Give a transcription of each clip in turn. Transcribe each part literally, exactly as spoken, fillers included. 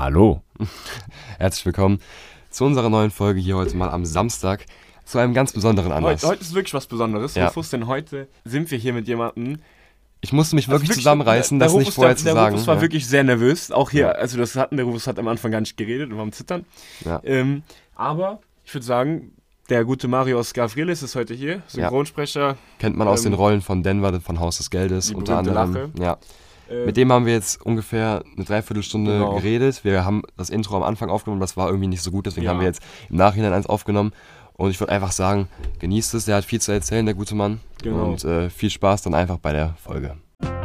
Hallo. Herzlich willkommen zu unserer neuen Folge hier heute mal am Samstag zu einem ganz besonderen Anlass. Heute, heute ist wirklich was Besonderes. Ja. Rufus, denn heute sind wir hier mit jemandem. Ich musste mich wirklich, also wirklich zusammenreißen, der, das der nicht Rufus, vorher der, zu der sagen. Der Rufus war ja. wirklich sehr nervös. Auch hier, Ja. als wir das hatten, der Rufus hat am Anfang gar nicht geredet und war am Zittern. Ja. Ähm, aber ich würde sagen, der gute Marios Gavrilis ist heute hier, Synchronsprecher. Kennt man aus ähm, den Rollen von Denver, von Haus des Geldes die unter berühmte anderem. Lache. Ja. Äh, Mit dem haben wir jetzt ungefähr eine Dreiviertelstunde Genau. geredet. Wir haben das Intro am Anfang aufgenommen, das war irgendwie nicht so gut, deswegen Ja. haben wir jetzt im Nachhinein eins aufgenommen. Und ich würde einfach sagen, genießt es, der hat viel zu erzählen, der gute Mann. Genau. Und äh, viel Spaß dann einfach bei der Folge.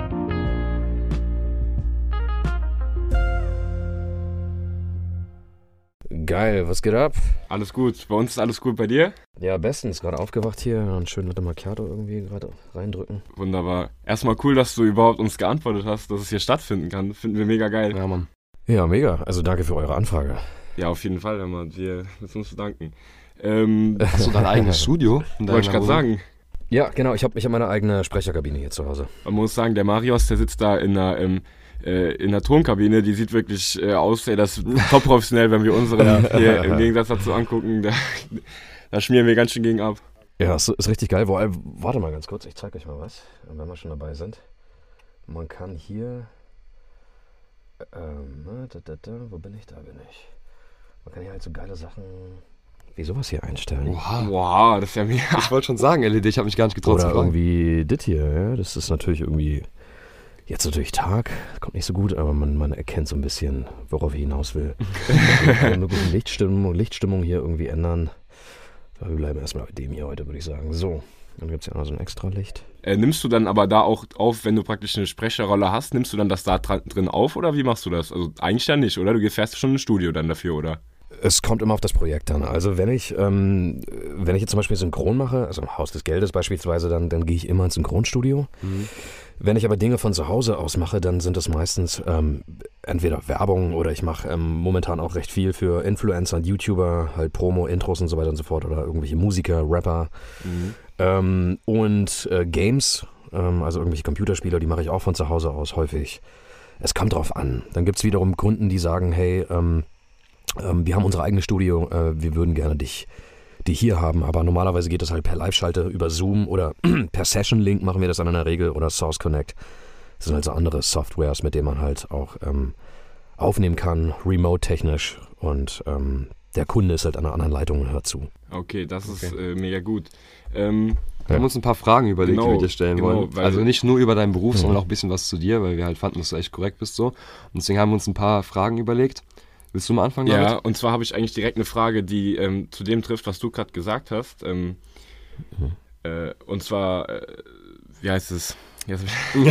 Geil, was geht ab? Alles gut. Bei uns ist alles gut. Bei dir? Ja, bestens. Gerade aufgewacht hier. Einen schönen Latte Macchiato irgendwie gerade reindrücken. Wunderbar. Erstmal cool, dass du überhaupt uns geantwortet hast, dass es hier stattfinden kann. Finden wir mega geil. Ja, Mann. Ja, mega. Also danke für eure Anfrage. Ja, auf jeden Fall. Mann. Wir müssen uns bedanken. Ähm, Hast du dein eigenes Studio? in wollte ich deiner gerade Wohnung? sagen. Ja, genau. Ich habe ich hab meine eigene Sprecherkabine hier zu Hause. Man muss sagen, der Marios, der sitzt da in einer, ähm, äh, in einer Tonkabine, die sieht wirklich äh, aus, ey, das ist top professionell, wenn wir unseren hier im Gegensatz dazu angucken, da, da schmieren wir ganz schön gegen ab. Ja, ist, ist richtig geil. Wo, warte mal ganz kurz, ich zeige euch mal was, wenn wir schon dabei sind. Man kann hier... Ähm, da, da, da, wo bin ich? Da bin ich. Man kann hier halt so geile Sachen wie sowas hier einstellen. Oha. Wow, das ist ja mega. Ich wollte schon sagen, L E D, ich habe mich gar nicht getraut zu Oder fragen. irgendwie das hier, ja. Das ist natürlich irgendwie, jetzt natürlich Tag, kommt nicht so gut, aber man, man erkennt so ein bisschen, worauf ich hinaus will. Eine gute Lichtstimmung, Lichtstimmung hier irgendwie ändern. Aber wir bleiben erstmal bei dem hier heute, würde ich sagen. So, dann gibt es ja noch so ein extra Licht. Äh, nimmst du dann aber da auch auf, wenn du praktisch eine Sprecherrolle hast, nimmst du dann das da dra- drin auf oder wie machst du das? Also eigentlich ja nicht, oder? Du fährst schon ins Studio dann dafür, oder? Es kommt immer auf das Projekt an. Also wenn ich, ähm, wenn ich jetzt zum Beispiel Synchron mache, also im Haus des Geldes beispielsweise, dann, dann gehe ich immer ins Synchronstudio. Mhm. Wenn ich aber Dinge von zu Hause aus mache, dann sind das meistens ähm, entweder Werbung oder ich mache ähm, momentan auch recht viel für Influencer und YouTuber, halt Promo, Intros und so weiter und so fort oder irgendwelche Musiker, Rapper Mhm. ähm, und äh, Games, ähm, also irgendwelche Computerspiele, die mache ich auch von zu Hause aus häufig. Es kommt drauf an. Dann gibt es wiederum Kunden, die sagen, hey, ähm, ähm, wir haben unsere eigene Studio, äh, wir würden gerne dich die hier haben, aber normalerweise geht das halt per Live-Schalter über Zoom oder per Session-Link machen wir das dann in der Regel oder Source Connect. Das sind also andere Softwares, mit denen man halt auch ähm, aufnehmen kann, remote-technisch und ähm, der Kunde ist halt an einer anderen Leitung und hört zu. Okay, das ist Okay. äh, mega gut. Ähm, Wir haben uns ein paar Fragen überlegt, Genau, die wir dir stellen genau, wollen. weil- Also nicht nur über deinen Beruf, Mhm. sondern auch ein bisschen was zu dir, weil wir halt fanden, dass du echt korrekt bist so. Und deswegen haben wir uns ein paar Fragen überlegt. Willst du mal anfangen ja, damit? und zwar habe ich eigentlich direkt eine Frage, die ähm, zu dem trifft, was du gerade gesagt hast. Ähm, Mhm. äh, und zwar, äh, wie heißt es? Jetzt-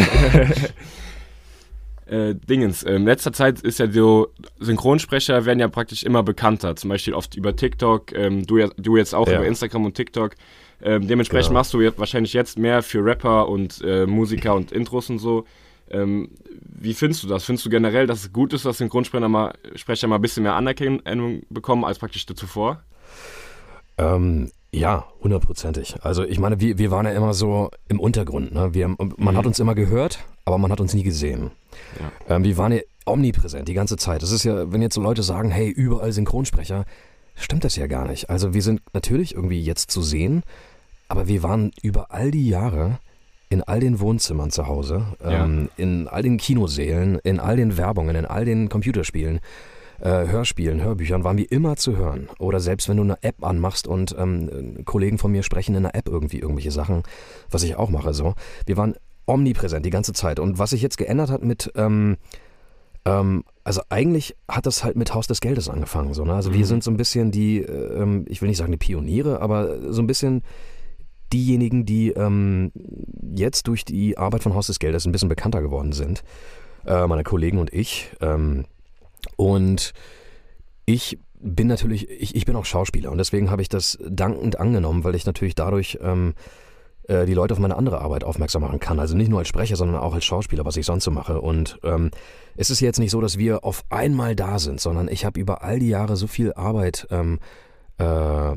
äh, Dingens. In letzter Zeit ist ja so, Synchronsprecher werden ja praktisch immer bekannter. Zum Beispiel oft über TikTok, ähm, du, ja- du jetzt auch Ja. über Instagram und TikTok. Ähm, dementsprechend Genau. machst du jetzt wahrscheinlich jetzt mehr für Rapper und äh, Musiker und Intros und so. Ähm, wie findest du das? Findest du generell, dass es gut ist, dass Synchronsprecher mal, Sprecher mal ein bisschen mehr Anerkennung bekommen als praktisch zuvor? Ähm, ja, hundertprozentig. Also ich meine, wir, wir waren ja immer so im Untergrund. Ne? Wir, man Mhm. hat uns immer gehört, aber man hat uns nie gesehen. Ja. Ähm, wir waren ja omnipräsent die ganze Zeit. Das ist ja, wenn jetzt so Leute sagen, hey, überall Synchronsprecher, stimmt das ja gar nicht. Also wir sind natürlich irgendwie jetzt zu sehen, aber wir waren über all die Jahre in all den Wohnzimmern zu Hause, ähm, in all den Kinosälen, in all den Werbungen, in all den Computerspielen, äh, Hörspielen, Hörbüchern, waren wir immer zu hören. Oder selbst wenn du eine App anmachst und ähm, Kollegen von mir sprechen in einer App irgendwie irgendwelche Sachen, was ich auch mache so. Wir waren omnipräsent die ganze Zeit. Und was sich jetzt geändert hat mit, ähm, ähm, also eigentlich hat das halt mit Haus des Geldes angefangen. So, ne? Also Mhm. wir sind so ein bisschen die, ähm, ich will nicht sagen die Pioniere, aber so ein bisschen diejenigen, die ähm, jetzt durch die Arbeit von Haus des Geldes ein bisschen bekannter geworden sind. Äh, meine Kollegen und ich. Ähm, und ich bin natürlich, ich, ich bin auch Schauspieler und deswegen habe ich das dankend angenommen, weil ich natürlich dadurch ähm, äh, die Leute auf meine andere Arbeit aufmerksam machen kann. Also nicht nur als Sprecher, sondern auch als Schauspieler, was ich sonst so mache. Und ähm, es ist jetzt nicht so, dass wir auf einmal da sind, sondern ich habe über all die Jahre so viel Arbeit ähm, äh,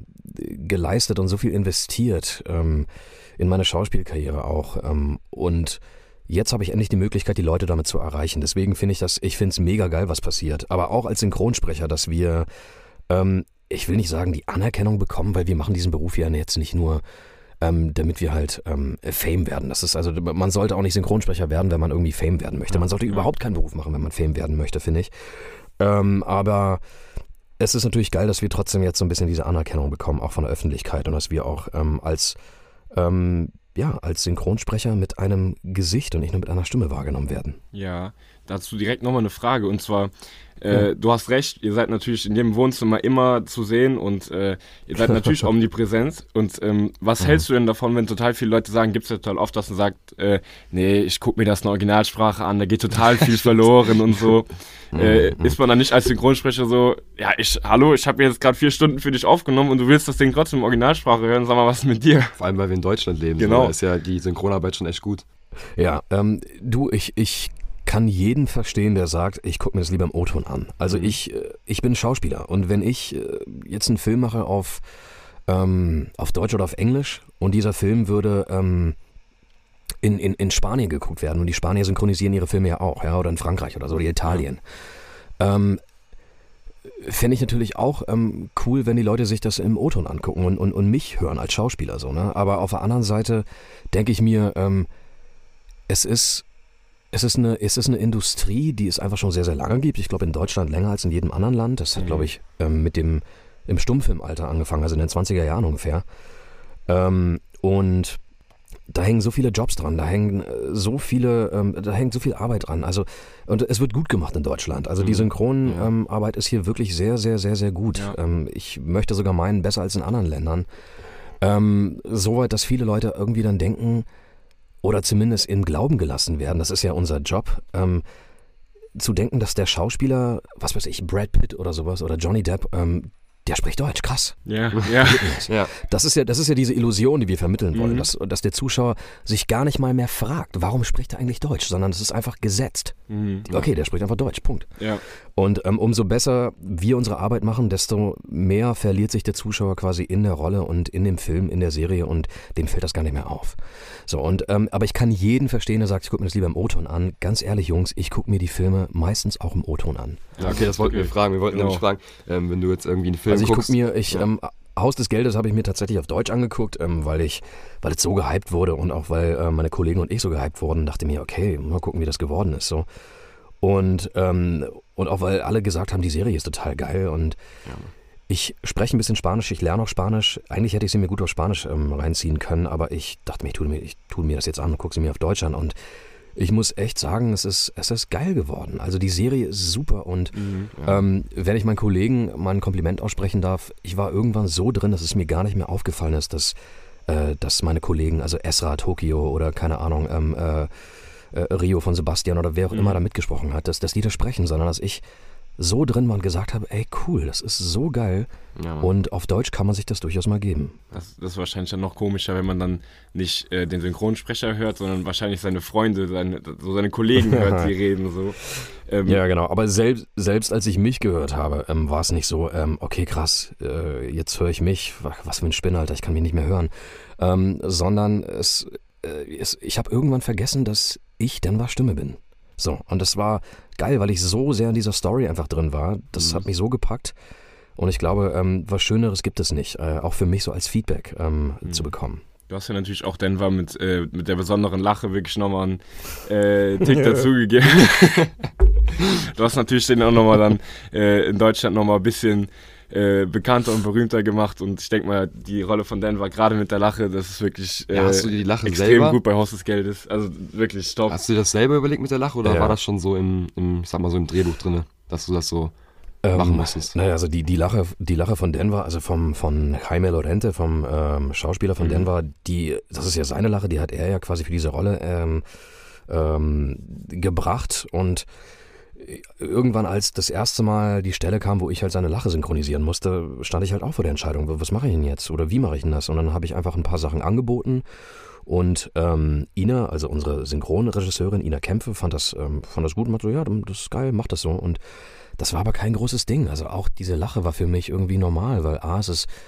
geleistet und so viel investiert ähm, in meine Schauspielkarriere auch. Ähm, und jetzt habe ich endlich die Möglichkeit, die Leute damit zu erreichen. Deswegen finde ich das, ich finde es mega geil, was passiert. Aber auch als Synchronsprecher, dass wir, ähm, ich will nicht sagen, die Anerkennung bekommen, weil wir machen diesen Beruf ja jetzt nicht nur, ähm, damit wir halt ähm, Fame werden. Das ist also, man sollte auch nicht Synchronsprecher werden, wenn man irgendwie Fame werden möchte. Man sollte überhaupt keinen Beruf machen, wenn man Fame werden möchte, finde ich. Ähm, aber es ist natürlich geil, dass wir trotzdem jetzt so ein bisschen diese Anerkennung bekommen, auch von der Öffentlichkeit und dass wir auch ähm, als, ähm, ja, als Synchronsprecher mit einem Gesicht und nicht nur mit einer Stimme wahrgenommen werden. Ja, dazu direkt nochmal eine Frage und zwar, äh, ja. du hast recht, ihr seid natürlich in jedem Wohnzimmer immer zu sehen und äh, ihr seid natürlich omnipräsent und ähm, was mhm. hältst du denn davon, wenn total viele Leute sagen, gibt es ja total oft, dass man sagt, äh, nee, ich gucke mir das in der Originalsprache an, da geht total viel verloren und so. Äh, ist man dann nicht als Synchronsprecher so, ja, ich, hallo, ich habe jetzt gerade vier Stunden für dich aufgenommen und du willst das Ding trotzdem in Originalsprache hören, sag mal, was ist mit dir? Vor allem, weil wir in Deutschland leben, genau. So, da ist ja die Synchronarbeit schon echt gut. Ja, ähm, du, ich, ich kann jeden verstehen, der sagt, ich gucke mir das lieber im O-Ton an. Also mhm. ich, ich bin Schauspieler und wenn ich jetzt einen Film mache auf, ähm, auf Deutsch oder auf Englisch und dieser Film würde ähm, in, in, in Spanien geguckt werden und die Spanier synchronisieren ihre Filme ja auch, ja, oder in Frankreich oder so, oder Italien. Ähm, fände ich natürlich auch ähm, cool, wenn die Leute sich das im O-Ton angucken und, und, und mich hören als Schauspieler. So, ne? Aber auf der anderen Seite denke ich mir, ähm, es ist Es ist, eine, es ist eine Industrie, die es einfach schon sehr, sehr lange gibt. Ich glaube in Deutschland länger als in jedem anderen Land. Das hat, mhm. glaube ich, ähm, mit dem im Stummfilmalter angefangen, also in den zwanziger Jahren ungefähr. Ähm, und da hängen so viele Jobs dran, da hängen so viele, ähm, da hängt so viel Arbeit dran. Also, und es wird gut gemacht in Deutschland. Also mhm. die Synchronarbeit ähm, ist hier wirklich sehr, sehr, sehr, sehr gut. Ja. Ähm, ich möchte sogar meinen, besser als in anderen Ländern. Ähm, Soweit, dass viele Leute irgendwie dann denken, oder zumindest im Glauben gelassen werden, das ist ja unser Job, ähm, zu denken, dass der Schauspieler, was weiß ich, Brad Pitt oder sowas oder Johnny Depp, ähm, der spricht Deutsch, krass. Ja, ja. ja. Das ist ja, das ist ja diese Illusion, die wir vermitteln wollen, mhm. dass, dass der Zuschauer sich gar nicht mal mehr fragt, warum spricht er eigentlich Deutsch, sondern es ist einfach gesetzt. Mhm, ja. Okay, der spricht einfach Deutsch, Punkt. Ja. Und ähm, umso besser wir unsere Arbeit machen, desto mehr verliert sich der Zuschauer quasi in der Rolle und in dem Film, in der Serie und dem fällt das gar nicht mehr auf. So, und ähm, aber ich kann jeden verstehen, der sagt, ich gucke mir das lieber im O-Ton an. Ganz ehrlich, Jungs, ich gucke mir die Filme meistens auch im O-Ton an. Ja, okay, das wollten okay. wir fragen. Wir wollten genau. nämlich fragen, ähm, wenn du jetzt irgendwie einen Film also ich guckst. Guck mir, ich, ja. ähm, Haus des Geldes habe ich mir tatsächlich auf Deutsch angeguckt, ähm, weil ich, weil es so gehypt wurde und auch weil äh, meine Kollegen und ich so gehypt wurden, dachte mir, okay, mal gucken, wie das geworden ist. So. Und, ähm, und auch weil alle gesagt haben, die Serie ist total geil und ja. ich spreche ein bisschen Spanisch, ich lerne auch Spanisch. Eigentlich hätte ich sie mir gut auf Spanisch ähm, reinziehen können, aber ich dachte mir, ich tue mir, ich tue mir das jetzt an und gucke sie mir auf Deutsch an und ich muss echt sagen, es ist, es ist geil geworden. Also die Serie ist super und mhm, ja. ähm, wenn ich meinen Kollegen mal ein Kompliment aussprechen darf, ich war irgendwann so drin, dass es mir gar nicht mehr aufgefallen ist, dass, äh, dass meine Kollegen, also Esra Tokio oder keine Ahnung, ähm, äh, äh, Rio von Sebastian oder wer auch mhm. immer da mitgesprochen hat, dass, dass die da sprechen, sondern dass ich so drin war und gesagt habe, ey cool, das ist so geil ja, und auf Deutsch kann man sich das durchaus mal geben. Das, das ist wahrscheinlich dann noch komischer, wenn man dann nicht äh, den Synchronsprecher hört, sondern wahrscheinlich seine Freunde, seine, so seine Kollegen hört, die reden so. Ähm, ja genau, aber selbst, selbst als ich mich gehört habe, ähm, war es nicht so, ähm, okay krass, äh, jetzt höre ich mich, was für ein Spinner, Alter, ich kann mich nicht mehr hören, ähm, sondern es, äh, es, ich habe irgendwann vergessen, dass ich Denver Stimme bin. So, und das war geil, weil ich so sehr in dieser Story einfach drin war. Das mhm. hat mich so gepackt. Und ich glaube, ähm, was Schöneres gibt es nicht, äh, auch für mich so als Feedback ähm, mhm. zu bekommen. Du hast ja natürlich auch Denver mit, äh, mit der besonderen Lache wirklich nochmal einen äh, Tick dazugegeben. Du hast natürlich den auch nochmal dann äh, in Deutschland nochmal ein bisschen äh, bekannter und berühmter gemacht und ich denke mal, die Rolle von Dan war gerade mit der Lache, das ist wirklich äh, ja, hast du die Lache extrem selber? gut bei Haus des Geldes, also wirklich top. Hast du dir das selber überlegt mit der Lache oder ja. war das schon so im, im, ich sag mal so im Drehbuch drin, dass du das so ähm, machen musstest? Naja, also die, die, Lache, die Lache von Denver, also vom, von Jaime Lorente, vom ähm, Schauspieler von mhm. Denver, die, das ist ja seine Lache, die hat er ja quasi für diese Rolle ähm, ähm, gebracht und irgendwann, als das erste Mal die Stelle kam, wo ich halt seine Lache synchronisieren musste, stand ich halt auch vor der Entscheidung, was mache ich denn jetzt oder wie mache ich denn das? Und dann habe ich einfach ein paar Sachen angeboten und ähm, Ina, also unsere Synchronregisseurin Ina Kämpfe, fand das, ähm, fand das gut und hat so, ja, das ist geil, mach das so. Und das war aber kein großes Ding. Also auch diese Lache war für mich irgendwie normal, weil A, es ist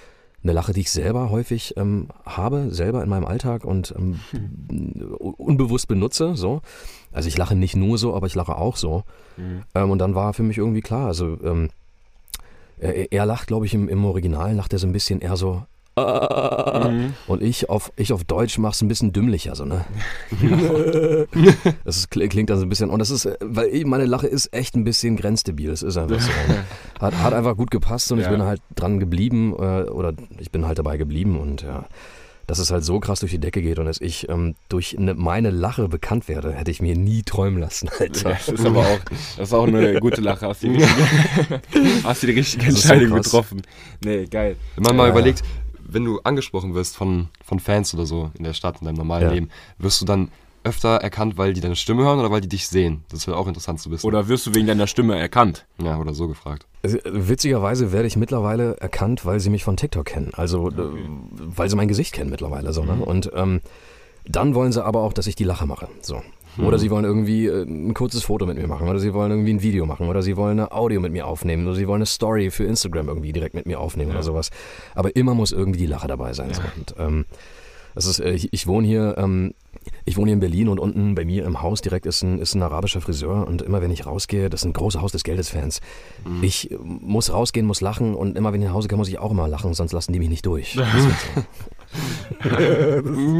eine Lache, die ich selber häufig ähm, habe, selber in meinem Alltag und ähm, hm. unbewusst benutze. So. Also ich lache nicht nur so, aber ich lache auch so. Mhm. Ähm, und dann war für mich irgendwie klar, also ähm, er, er lacht, glaube ich, im, im Original, lacht er so ein bisschen eher so mhm. und ich auf, ich auf Deutsch mache es ein bisschen dümmlicher, so, ne? Das ist, klingt dann so ein bisschen, und das ist, weil ich, meine Lache ist echt ein bisschen grenzdebil, das ist einfach so. Hat, hat einfach gut gepasst und ja. ich bin halt dran geblieben, äh, oder ich bin halt dabei geblieben und ja, dass es halt so krass durch die Decke geht und dass ich ähm, durch ne, meine Lache bekannt werde, hätte ich mir nie träumen lassen, Alter. Das ist aber auch, das ist auch eine gute Lache, hast du die richtige, hast du die richtige Entscheidung so getroffen. Nee, geil. Wenn man mal ja. überlegt, wenn du angesprochen wirst von, von Fans oder so in der Stadt, in deinem normalen ja. Leben, wirst du dann öfter erkannt, weil die deine Stimme hören oder weil die dich sehen? Das wäre auch interessant zu wissen. Oder wirst du wegen deiner Stimme erkannt? Ja, oder so gefragt. Also, witzigerweise werde ich mittlerweile erkannt, weil sie mich von TikTok kennen. Also, okay. äh, weil sie mein Gesicht kennen mittlerweile. So, ne? mhm. Und ähm, dann wollen sie aber auch, dass ich die Lache mache. So. Oder sie wollen irgendwie äh, ein kurzes Foto mit mir machen oder sie wollen irgendwie ein Video machen oder sie wollen eine Audio mit mir aufnehmen oder sie wollen eine Story für Instagram irgendwie direkt mit mir aufnehmen ja. oder sowas. Aber immer muss irgendwie die Lache dabei sein. Ja. So. Und, ähm, das ist, äh, ich, ich wohne hier, ähm, ich wohne hier in Berlin und unten bei mir im Haus direkt ist ein, ist ein arabischer Friseur und immer wenn ich rausgehe, das ist ein großes Haus des Geldes-Fans. Mhm. Ich muss rausgehen, muss lachen und immer wenn ich nach Hause komme, muss ich auch immer lachen, sonst lassen die mich nicht durch. Das ist halt so.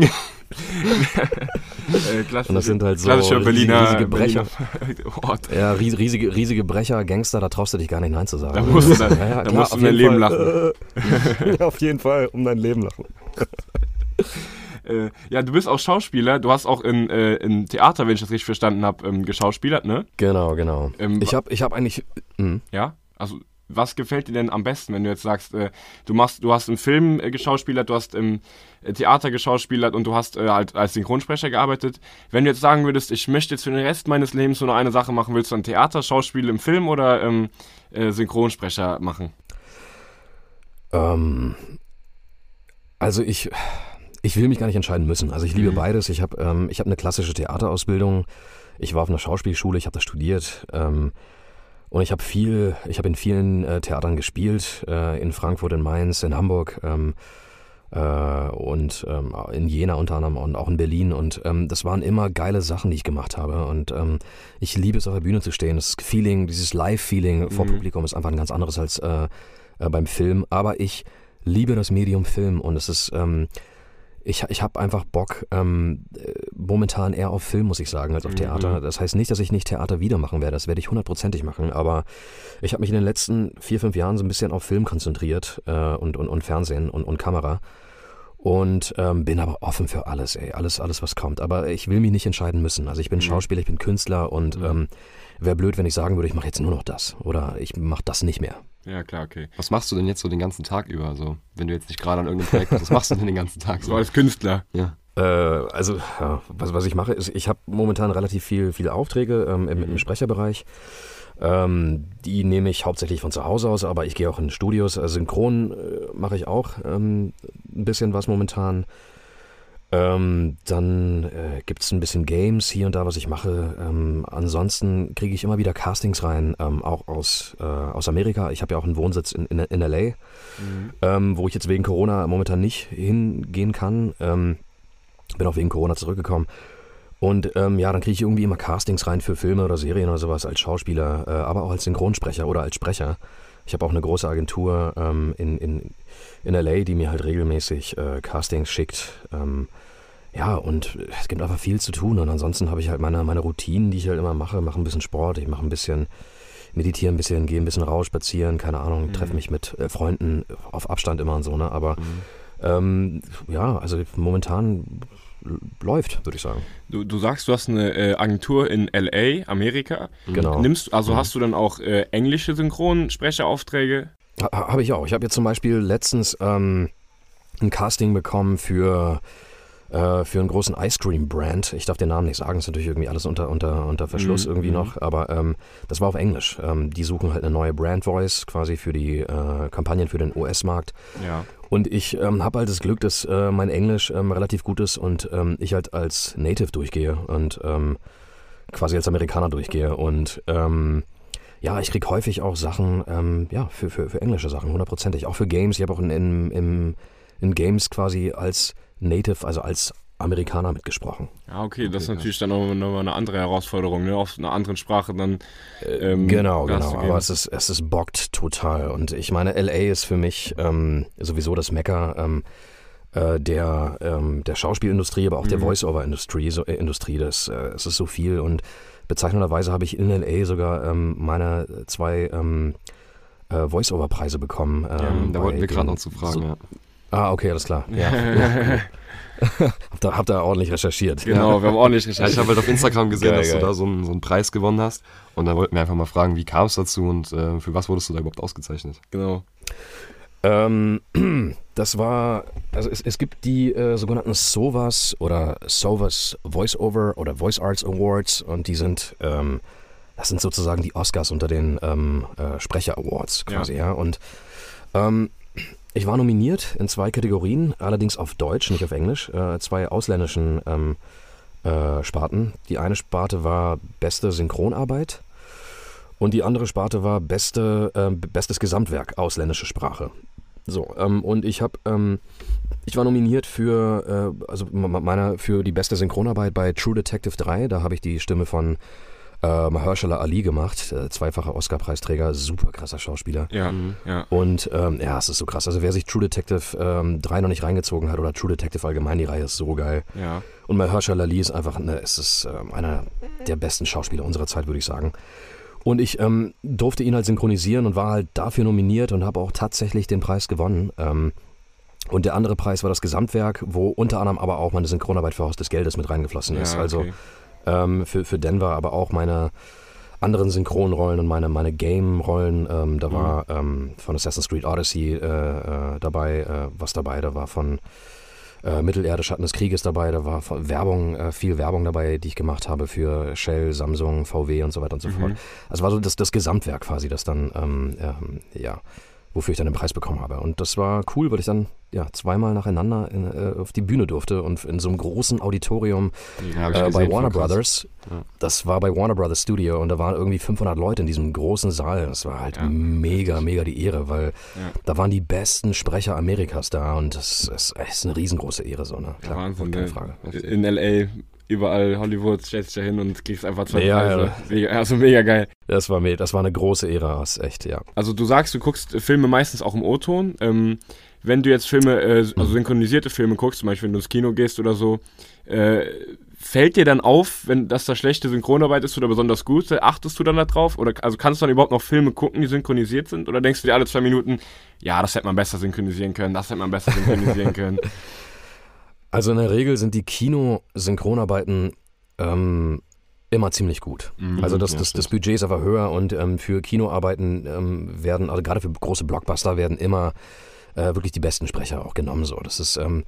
äh, und das sind halt so Berliner, riesige Brecher. Berliner ja, riesige, riesige Brecher, Gangster, da traust du dich gar nicht Nein zu sagen. Da musst du, dann, ja, ja, da klar, musst du um dein Leben Fall, lachen. Ja, auf jeden Fall, um dein Leben lachen. äh, ja, du bist auch Schauspieler, du hast auch in, äh, in Theater, wenn ich das richtig verstanden habe, ähm, geschauspielert, ne? Genau, genau. Ähm, ich habe ich hab eigentlich... Mh. Ja, also... Was gefällt dir denn am besten, wenn du jetzt sagst, äh, du machst, du hast im Film äh, geschauspielert, du hast im äh, Theater geschauspielert und du hast äh, halt als Synchronsprecher gearbeitet. Wenn du jetzt sagen würdest, ich möchte jetzt für den Rest meines Lebens nur noch eine Sache machen, willst du dann Theater, Schauspiel im Film oder ähm, äh, Synchronsprecher machen? Ähm, also ich, ich will mich gar nicht entscheiden müssen. Also ich liebe mhm. beides. Ich habe ähm, ich hab eine klassische Theaterausbildung. Ich war auf einer Schauspielschule, ich habe das studiert. Ähm, Und ich habe viel, ich habe in vielen äh, Theatern gespielt, äh, in Frankfurt, in Mainz, in Hamburg ähm, äh, und ähm, in Jena unter anderem und auch in Berlin. Und ähm, das waren immer geile Sachen, die ich gemacht habe. Und ähm, ich liebe es, auf der Bühne zu stehen. Das Feeling, dieses Live-Feeling vor mhm. Publikum ist einfach ein ganz anderes als äh, äh, beim Film. Aber ich liebe das Medium Film und es ist... Ähm, Ich, ich habe einfach Bock, ähm, momentan eher auf Film, muss ich sagen, als auf Theater. Das heißt nicht, dass ich nicht Theater wieder machen werde, das werde ich hundertprozentig machen, aber ich habe mich in den letzten vier, fünf Jahren so ein bisschen auf Film konzentriert äh, und, und, und Fernsehen und, und Kamera und ähm, bin aber offen für alles, ey, alles, alles, was kommt. Aber ich will mich nicht entscheiden müssen. Also ich bin Schauspieler, ich bin Künstler und mhm. ähm, wäre blöd, wenn ich sagen würde, ich mache jetzt nur noch das oder ich mache das nicht mehr. Ja, klar, okay. Was machst du denn jetzt so den ganzen Tag über? Also, wenn du jetzt nicht gerade an irgendeinem Projekt bist, was machst du denn den ganzen Tag so? So als Künstler? Ja. Äh, also, ja, was, was ich mache, ist, ich habe momentan relativ viel, viele Aufträge ähm, im, im Sprecherbereich. Ähm, die nehme ich hauptsächlich von zu Hause aus, aber ich gehe auch in Studios. Also Synchron äh, mache ich auch ähm, ein bisschen was momentan. Ähm, dann äh, gibt es ein bisschen Games hier und da, was ich mache. Ähm, ansonsten kriege ich immer wieder Castings rein, ähm, auch aus, äh, aus Amerika. Ich habe ja auch einen Wohnsitz in, in, in L A, mhm. ähm, wo ich jetzt wegen Corona momentan nicht hingehen kann. Ähm, bin auch wegen Corona zurückgekommen. Und ähm, ja, dann kriege ich irgendwie immer Castings rein für Filme oder Serien oder sowas als Schauspieler, äh, aber auch als Synchronsprecher oder als Sprecher. Ich habe auch eine große Agentur ähm, in, in, in L A, die mir halt regelmäßig äh, Castings schickt. Ähm, ja, und es gibt einfach viel zu tun. Und ansonsten habe ich halt meine, meine Routinen, die ich halt immer mache. Mache ein bisschen Sport, ich mache ein bisschen, meditiere ein bisschen, gehe ein bisschen raus, spazieren, keine Ahnung, mhm. treffe mich mit äh, Freunden auf Abstand immer und so, ne? Aber mhm. ähm, ja, also momentan läuft, würde ich sagen. Du, du sagst, du hast eine äh, Agentur in L A, Amerika. Genau. Nimmst, also mhm. hast du dann auch äh, englische Synchronsprecheraufträge? Ha, habe ich auch. Ich habe jetzt zum Beispiel letztens ähm, ein Casting bekommen für, äh, für einen großen Ice Cream Brand. Ich darf den Namen nicht sagen, ist natürlich irgendwie alles unter, unter, unter Verschluss mhm. irgendwie noch, aber ähm, das war auf Englisch. Ähm, die suchen halt eine neue Brand Voice quasi für die äh, Kampagnen für den U S-Markt. Ja. Und ich ähm, habe halt das Glück, dass äh, mein Englisch ähm, relativ gut ist und ähm, ich halt als Native durchgehe und ähm, quasi als Amerikaner durchgehe. Und ähm, ja, ich kriege häufig auch Sachen, ähm, ja, für, für, für englische Sachen, hundertprozentig. Auch für Games. Ich habe auch in, in, in, in Games quasi als Native, also als Amerikaner mitgesprochen. Ja, okay, das ist natürlich dann nochmal noch eine andere Herausforderung, ne? Auf einer anderen Sprache dann. Ähm, genau, genau, aber es ist, es ist bockt total. Und ich meine, L A ist für mich ähm, sowieso das Mekka ähm, äh, der, ähm, der Schauspielindustrie, aber auch mhm. der Voice-Over-Industrie. So, äh, Industrie, das, äh, es ist so viel. Und bezeichnenderweise habe ich in L A sogar ähm, meine zwei ähm, äh, Voice-Over-Preise bekommen. Ähm, ja, da wollten wir gerade noch zu fragen, so, ja. Ah, okay, alles klar. Ja. ja. habt, ihr, habt ihr ordentlich recherchiert. Genau, wir haben ordentlich recherchiert. Ja, ich habe halt auf Instagram gesehen, geil, dass geil. du da so einen, so einen Preis gewonnen hast. Und da wollten wir einfach mal fragen, wie kam es dazu und äh, für was wurdest du da überhaupt ausgezeichnet? Genau. Ähm, das war, also es, es gibt die äh, sogenannten S O V A S oder S O V A S Voice-Over oder Voice Arts Awards und die sind, ähm, das sind sozusagen die Oscars unter den ähm, äh, Sprecher-Awards quasi, ja. ja. Und ähm, ich war nominiert in zwei Kategorien, allerdings auf Deutsch, nicht auf Englisch, äh, zwei ausländischen ähm, äh, Sparten. Die eine Sparte war beste Synchronarbeit und die andere Sparte war beste, äh, bestes Gesamtwerk, ausländische Sprache. So, ähm, und ich habe, ähm, ich war nominiert für, äh, also meine, für die beste Synchronarbeit bei True Detective drei, da habe ich die Stimme von äh, Mahershala Ali gemacht, äh, zweifacher Oscar-Preisträger, super krasser Schauspieler. Ja, mhm. ja. Und ähm, ja, es ist so krass. Also wer sich True Detective ähm, drei noch nicht reingezogen hat oder True Detective allgemein, die Reihe ist so geil. Ja. Und Mahershala Ali ist einfach, ne, es ist ähm, einer der besten Schauspieler unserer Zeit, würde ich sagen. Und ich ähm, durfte ihn halt synchronisieren und war halt dafür nominiert und habe auch tatsächlich den Preis gewonnen. Ähm, und der andere Preis war das Gesamtwerk, wo unter anderem aber auch meine Synchronarbeit für Haus des Geldes mit reingeflossen ist. Ja, okay. Also ähm, für, für Denver, aber auch meine anderen Synchronrollen und meine, meine Game-Rollen. Ähm, da mhm. war ähm, von Assassin's Creed Odyssey äh, äh, dabei, äh, was dabei, da war von Äh, Mittelerde, Schatten des Krieges dabei, da war Werbung, äh, viel Werbung dabei, die ich gemacht habe für Shell, Samsung, V W und so weiter und so mhm. fort. Also war so das, das Gesamtwerk quasi, das dann, ähm, ähm, ja, wofür ich dann den Preis bekommen habe. Und das war cool, weil ich dann ja zweimal nacheinander in, äh, auf die Bühne durfte und in so einem großen Auditorium ja, äh, bei Warner Brothers. Ja. Das war bei Warner Brothers Studio und da waren irgendwie fünfhundert Leute in diesem großen Saal. Das war halt ja. mega, mega die Ehre, weil ja. da waren die besten Sprecher Amerikas da und das ist, das ist eine riesengroße Ehre. So, ne? Klar, Wahnsinn, keine ne? Frage. In L A überall Hollywood, stellst dich da hin und kriegst einfach zwei ja, Preise. Ja. Mega, also mega geil. Das war, das war eine große Ehre, das ist echt, ja. Also du sagst, du guckst Filme meistens auch im O-Ton. Ähm, wenn du jetzt Filme, äh, also synchronisierte Filme guckst, zum Beispiel wenn du ins Kino gehst oder so, äh, fällt dir dann auf, wenn das da schlechte Synchronarbeit ist oder besonders gut, achtest du dann da drauf? Oder also kannst du dann überhaupt noch Filme gucken, die synchronisiert sind? Oder denkst du dir alle zwei Minuten, ja, das hätte man besser synchronisieren können, das hätte man besser synchronisieren können? Also in der Regel sind die Kino-Synchronarbeiten ähm, immer ziemlich gut. Mhm, also das, ja, das, das Budget ist einfach höher und ähm, für Kinoarbeiten ähm, werden, also gerade für große Blockbuster werden immer äh, wirklich die besten Sprecher auch genommen. So. Das ist, ähm,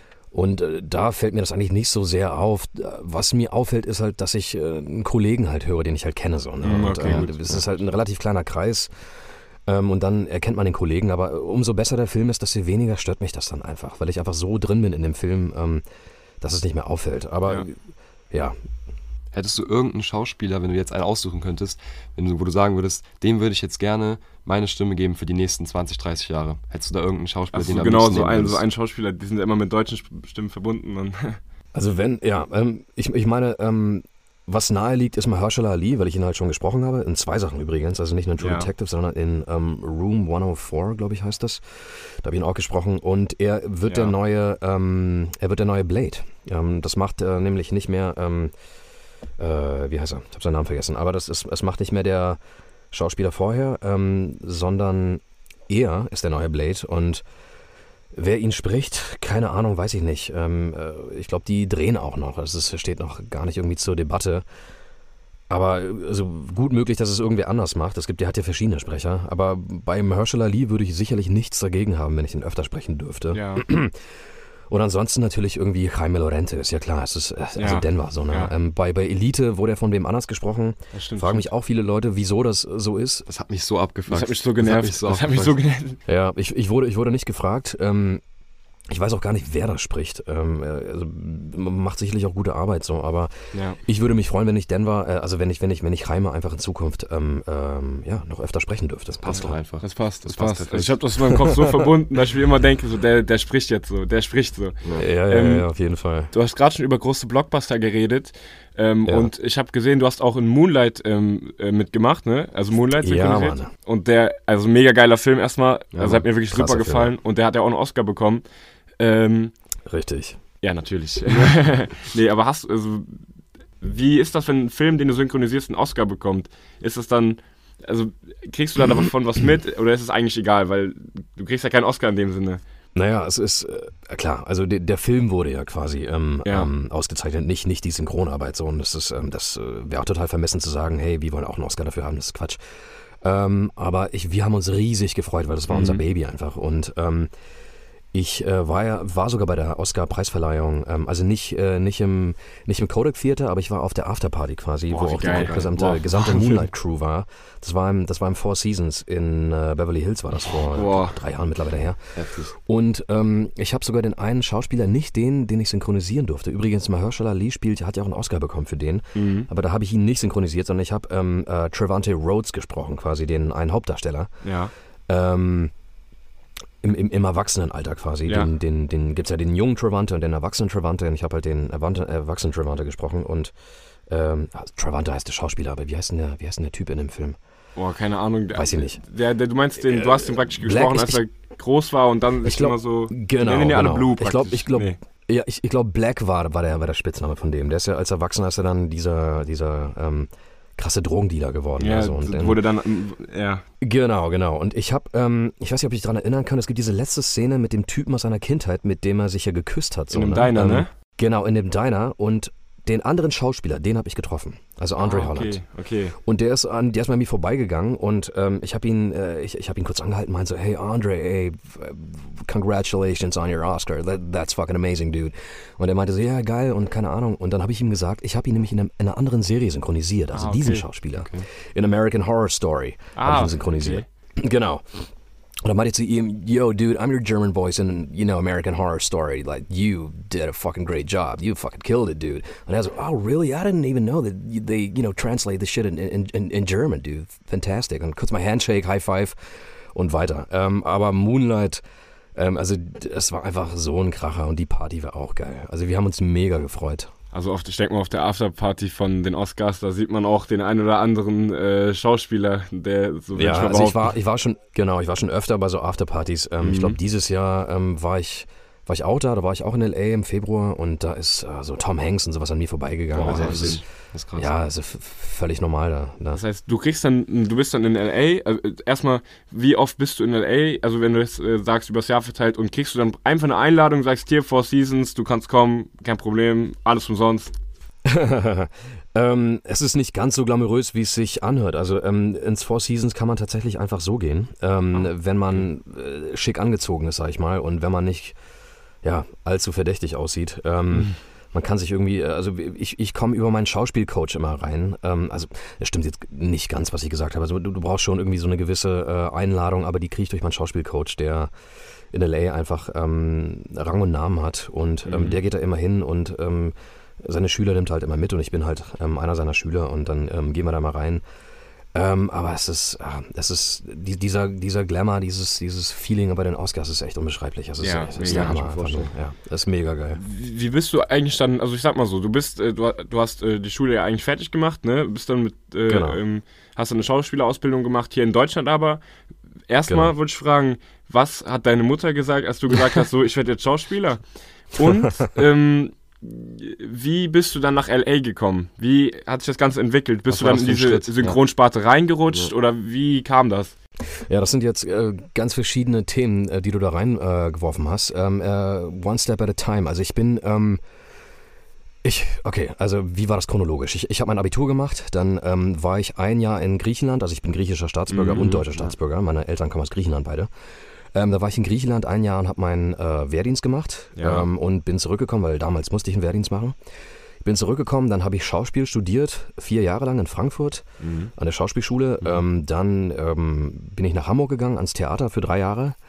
und äh, da fällt mir das eigentlich nicht so sehr auf. Was mir auffällt, ist halt, dass ich äh, einen Kollegen halt höre, den ich halt kenne. So, ne? Mhm, okay, und äh, es ist halt ein relativ kleiner Kreis. Ähm, und dann erkennt man den Kollegen, aber umso besser der Film ist, desto weniger stört mich das dann einfach, weil ich einfach so drin bin in dem Film, ähm, dass es nicht mehr auffällt. Aber ja. ja. Hättest du irgendeinen Schauspieler, wenn du jetzt einen aussuchen könntest, wenn du, wo du sagen würdest, dem würde ich jetzt gerne meine Stimme geben für die nächsten zwanzig, dreißig Jahre? Hättest du da irgendeinen Schauspieler, also den du genau so ein, so ein Schauspieler, die sind ja immer mit deutschen Stimmen verbunden. Und also wenn, ja, ähm, ich, ich meine, ähm, was nahe liegt, ist Mahershala Ali, weil ich ihn halt schon gesprochen habe, in zwei Sachen übrigens, also nicht nur in True ja. Detective, sondern in ähm, Room hundertvier, glaube ich, heißt das. Da habe ich ihn auch gesprochen und er wird ja. der neue, ähm, er wird der neue Blade. Ähm, das macht äh, nämlich nicht mehr, ähm, äh, wie heißt er? Ich habe seinen Namen vergessen, aber das ist, es macht nicht mehr der Schauspieler vorher, ähm, sondern er ist der neue Blade und wer ihn spricht, keine Ahnung, weiß ich nicht. Ähm, äh, ich glaube, die drehen auch noch. Also es steht noch gar nicht irgendwie zur Debatte. Aber also gut möglich, dass es irgendwer anders macht. Es gibt, der hat ja verschiedene Sprecher. Aber bei Mahershala Ali würde ich sicherlich nichts dagegen haben, wenn ich ihn öfter sprechen dürfte. Ja. Und ansonsten natürlich irgendwie Jaime Lorente, ist ja klar. Es ist also ja. Denver so. Ne? Ja. Ähm, bei, bei Elite wurde er von wem anders gesprochen. Fragen mich auch viele Leute, wieso das so ist. Das hat mich so abgefuckt. Das hat mich so genervt. Das hat mich so, das hat mich so genervt. Ja, ich, ich, wurde, ich wurde nicht gefragt. Ähm, Ich weiß auch gar nicht, wer das spricht. Ähm, also, man macht sicherlich auch gute Arbeit so, aber Ja. ich würde mich freuen, wenn ich Denver, äh, also wenn ich, wenn ich, wenn ich Reime einfach in Zukunft ähm, ähm, ja, noch öfter sprechen dürfte. Das Passt doch einfach. Das passt, das, Das passt passt. perfekt. Also ich habe das in meinem Kopf so verbunden, dass ich mir immer denke, so der, der spricht jetzt so, der spricht so. Ja, ja, Ähm, ja, auf jeden Fall. Du hast gerade schon über große Blockbuster geredet ähm, Ja. und ich habe gesehen, du hast auch in Moonlight ähm, äh, mitgemacht, ne? Also Moonlight Ja, synchronisiert. Mann. Und der, also mega geiler Film erstmal, Ja, also hat mir wirklich krasser super gefallen und der hat ja auch einen Oscar bekommen. Ähm, Richtig. ja, natürlich. Nee, aber hast also wie ist das, wenn ein Film, den du synchronisierst, einen Oscar bekommt? Ist das dann, also kriegst du da davon was mit oder ist es eigentlich egal, weil du kriegst ja keinen Oscar in dem Sinne? Naja, es ist, äh, klar, also de, der Film wurde ja quasi ähm, Ja. ähm, ausgezeichnet, nicht, nicht die Synchronarbeit. So, und das ist, ähm, das äh, wäre auch total vermessen zu sagen, hey, wir wollen auch einen Oscar dafür haben, das ist Quatsch. Ähm, aber ich, wir haben uns riesig gefreut, weil das war Mhm. unser Baby einfach. Und ähm, ich äh, war ja war sogar bei der Oscar-Preisverleihung, ähm, also nicht, äh, nicht im, nicht im Kodak Theater, aber ich war auf der Afterparty quasi, Boah, wo wie auch geil, die gesamte, Boah, gesamte Wahnsinn. Moonlight-Crew war. Das war, im, das war im Four Seasons in äh, Beverly Hills, war das vor Boah. drei Jahren mittlerweile her. Heftig. Und ähm, ich habe sogar den einen Schauspieler, nicht den, den ich synchronisieren durfte. Übrigens, Mahershala Ali spielt, hat ja auch einen Oscar bekommen für den. Mhm. Aber da habe ich ihn nicht synchronisiert, sondern ich habe ähm, äh, Trevante Rhodes gesprochen, quasi den einen Hauptdarsteller. Ja. Ähm, im, im, Im Erwachsenenalter quasi. Ja. Den, den, den gibt es ja den jungen Trevante und den erwachsenen Trevante. Und ich habe halt den Erwante- erwachsenen Trevante gesprochen. Und ähm, Trevante heißt der Schauspieler, aber wie heißt denn der, wie heißt denn der Typ in dem Film? Boah, keine Ahnung. Der, Weiß ich nicht. Der, der, du meinst den, du hast den praktisch Black, gesprochen, ich- als er groß war und dann ich ist glaub- immer so. Genau, nennen ihn ja alle genau. Blue Ich praktisch. glaube, ich glaube, Nee. ja, ich, ich glaube, Black war, war, der, war der Spitzname von dem. Der ist ja als Erwachsener ist er dann dieser, dieser ähm, krasse Drogendealer geworden. Ja, also, und, ähm, wurde dann, ähm, ja. Genau, genau. Und ich habe, ähm, ich weiß nicht, ob ich daran erinnern kann, es gibt diese letzte Szene mit dem Typen aus seiner Kindheit, mit dem er sich ja geküsst hat. So, In einem ne? Diner, ähm, ne? Genau, in dem Diner. Und den anderen Schauspieler, den habe ich getroffen. Also Andre Ah, Holland. Okay, okay. Und der ist an, der ist mal an mir vorbeigegangen und ähm, ich habe ihn, äh, ich, ich habe ihn kurz angehalten, meinte so, hey Andre, hey, f- congratulations on your Oscar, That, that's fucking amazing, dude. Und er meinte so, ja geil und keine Ahnung. Und dann habe ich ihm gesagt, ich habe ihn nämlich in, einem, in einer anderen Serie synchronisiert, also Ah, okay. diesen Schauspieler. Okay. In American Horror Story habe ich ihn synchronisiert. Genau. Und dann meinte ich zu ihm, yo, dude, I'm your German voice in, you know, American Horror Story. Like, you did a fucking great job. You fucking killed it, dude. Und er so, oh, really? I didn't even know that they, you know, translate the shit in, in, in, in German, dude. Fantastic. Und kurz mal Handshake, High Five und weiter. Ähm, aber Moonlight, ähm, also, es war einfach so ein Kracher und die Party war auch geil. Also, wir haben uns mega gefreut. Also auf, ich denke mal auf der Afterparty von den Oscars, da sieht man auch den einen oder anderen äh, Schauspieler, der so Ja, manchmal also ich behaupten- war, ich war schon, genau, ich war schon öfter bei so Afterpartys. Ähm, Mhm. Ich glaube, dieses Jahr ähm, war ich, war ich auch da, da war ich auch in L A im Februar und da ist äh, so Tom Hanks und sowas an mir vorbeigegangen. Boah, also heftig. das ist, Das ist krass. ja, also f- völlig normal da. da. Das heißt, du kriegst dann, du bist dann in L A, also erstmal, wie oft bist du in L A, also wenn du das äh, sagst, übers Jahr verteilt und kriegst du dann einfach eine Einladung, sagst hier, Four Seasons, du kannst kommen, kein Problem, alles umsonst. ähm, es ist nicht ganz so glamourös, wie es sich anhört. Also ähm, ins Four Seasons kann man tatsächlich einfach so gehen, ähm, Ah, wenn man äh, schick angezogen ist, sag ich mal, und wenn man nicht ja, allzu verdächtig aussieht. Ähm, Mhm. Man kann sich irgendwie, also ich, ich komme über meinen Schauspielcoach immer rein. Ähm, also das stimmt jetzt nicht ganz, was ich gesagt habe. Also du, du brauchst schon irgendwie so eine gewisse äh, Einladung, aber die kriege ich durch meinen Schauspielcoach, der in L A einfach ähm, Rang und Namen hat. Und ähm, Mhm. der geht da immer hin und ähm, seine Schüler nimmt halt immer mit und ich bin halt ähm, einer seiner Schüler und dann ähm, gehen wir da mal rein. Ähm, aber es ist, äh, es ist die, dieser, dieser Glamour, dieses, dieses Feeling bei den Oscars ist echt unbeschreiblich. Es ist, Ja, es ist mega, der kann ich Hammer. mir vorstellen. einfach nur. Ja, das ist mega geil. Wie, wie bist du eigentlich dann, also ich sag mal so, du bist, äh, du, du hast äh, die Schule ja eigentlich fertig gemacht, ne? Bist dann mit, äh, Genau. ähm, hast dann eine Schauspielerausbildung gemacht hier in Deutschland aber. Erstmal Genau. wollte ich fragen, was hat deine Mutter gesagt, als du gesagt hast, so, ich werde jetzt Schauspieler? Und ähm, wie bist du dann nach L A gekommen? Wie hat sich das Ganze entwickelt? Bist Was du war dann in das für ein diese Schritt? Synchronsparte reingerutscht Ja. oder wie kam das? Ja, das sind jetzt äh, ganz verschiedene Themen, äh, die du da reingeworfen äh, geworfen hast. Ähm, äh, one step at a time. Also ich bin, ähm, ich, okay, also wie war das chronologisch? Ich, ich habe mein Abitur gemacht, dann ähm, war ich ein Jahr in Griechenland, also ich bin griechischer Staatsbürger Mhm, und deutscher ja. Staatsbürger. Meine Eltern kommen aus Griechenland beide. Ähm, da war ich in Griechenland ein Jahr und habe meinen äh, Wehrdienst gemacht Ja. ähm, und bin zurückgekommen, weil damals musste ich einen Wehrdienst machen. Ich bin zurückgekommen, dann habe ich Schauspiel studiert, vier Jahre lang in Frankfurt Mhm. an der Schauspielschule. Mhm. Ähm, dann ähm, bin ich nach Hamburg gegangen, ans Theater für drei Jahre.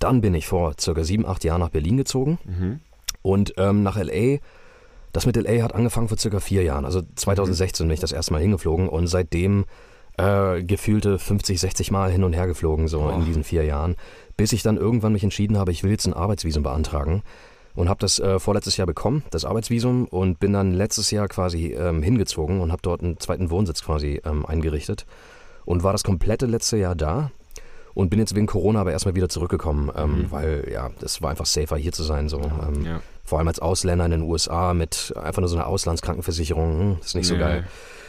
dann bin ich vor circa sieben, acht Jahren nach Berlin gezogen. Mhm. Und ähm, nach L A, das mit L A hat angefangen vor circa vier Jahren. Also zwanzig sechzehn bin ich das erste Mal hingeflogen und seitdem äh, gefühlte fünfzig, sechzig Mal hin und her geflogen, so Oh. in diesen vier Jahren. Bis ich dann irgendwann mich entschieden habe, ich will jetzt ein Arbeitsvisum beantragen. Und habe das äh, vorletztes Jahr bekommen, das Arbeitsvisum, und bin dann letztes Jahr quasi ähm, hingezogen und habe dort einen zweiten Wohnsitz quasi ähm, eingerichtet. Und war das komplette letzte Jahr da und bin jetzt wegen Corona aber erstmal wieder zurückgekommen, ähm, Mhm. weil ja, das war einfach safer hier zu sein. So. Ähm, Ja. Vor allem als Ausländer in den U S A mit einfach nur so einer Auslandskrankenversicherung, hm, ist nicht so Nee. geil.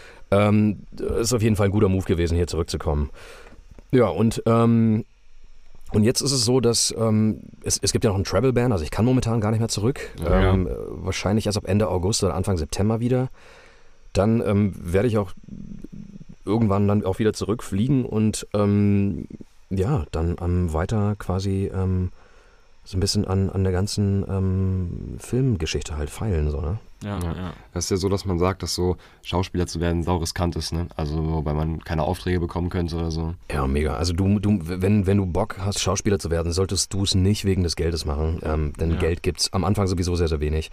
Ähm, ist auf jeden Fall ein guter Move gewesen, hier zurückzukommen. Ja, und ähm, Und jetzt ist es so, dass ähm, es, es gibt ja noch einen Travel-Ban, also ich kann momentan gar nicht mehr zurück. Ja. Ähm, wahrscheinlich erst ab Ende August oder Anfang September wieder. Dann ähm, werde ich auch irgendwann dann auch wieder zurückfliegen und ähm, ja, dann ähm, weiter quasi ähm, so ein bisschen an, an der ganzen ähm, Filmgeschichte halt feilen. So, ne? Ja, Ja. ja. Es ist ja so, dass man sagt, dass so Schauspieler zu werden sau riskant ist, ne? Also, weil man keine Aufträge bekommen könnte oder so. Ja, mega. Also du, du wenn, wenn du Bock hast, Schauspieler zu werden, solltest du es nicht wegen des Geldes machen. Ähm, denn Ja. Geld gibt's am Anfang sowieso sehr, sehr wenig.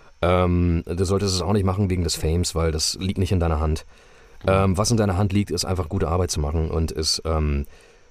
Ähm, du solltest es auch nicht machen wegen des Fames, weil das liegt nicht in deiner Hand. Ähm, was in deiner Hand liegt, ist einfach gute Arbeit zu machen und ist ähm,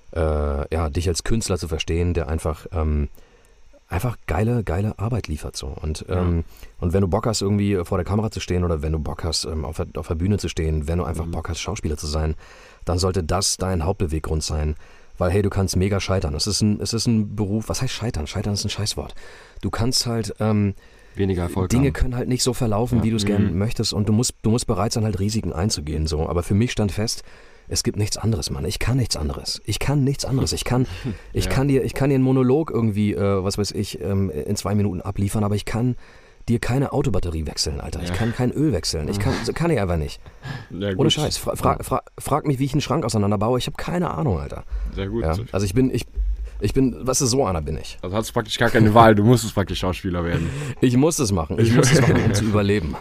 äh, ja, dich als Künstler zu verstehen, der einfach ähm, einfach geile, geile Arbeit liefert. So. Und, ähm, und wenn du Bock hast, irgendwie vor der Kamera zu stehen oder wenn du Bock hast, ähm, auf, der, auf der Bühne zu stehen, wenn du einfach Bock hast, Schauspieler zu sein, dann sollte das dein Hauptbeweggrund sein. Weil, hey, du kannst mega scheitern. Es ist ein, es ist ein Beruf, was heißt scheitern? Scheitern ist ein Scheißwort. Du kannst halt, ähm, Weniger Erfolg Dinge haben. können halt nicht so verlaufen, Ja. wie du es gerne Mhm. möchtest und du musst, du musst bereit sein, halt Risiken einzugehen. So. Aber für mich stand fest, es gibt nichts anderes, Mann. Ich kann nichts anderes. Ich kann nichts anderes. Ich kann, ich Ja. kann dir, ich kann dir einen Monolog irgendwie, äh, was weiß ich, ähm, in zwei Minuten abliefern, aber ich kann dir keine Autobatterie wechseln, Alter. Ich Ja. kann kein Öl wechseln. Ich kann, kann ich einfach nicht. Ja, Ohne gut. Scheiß. Fra fra fra frag mich, wie ich einen Schrank auseinanderbaue. Ich habe keine Ahnung, Alter. Sehr gut. Ja? Also ich bin, ich, ich bin, was ist so einer bin ich. Also hast du praktisch gar keine Wahl, du musstest praktisch Schauspieler werden. Ich muss es machen. Ich muss es machen, um zu überleben.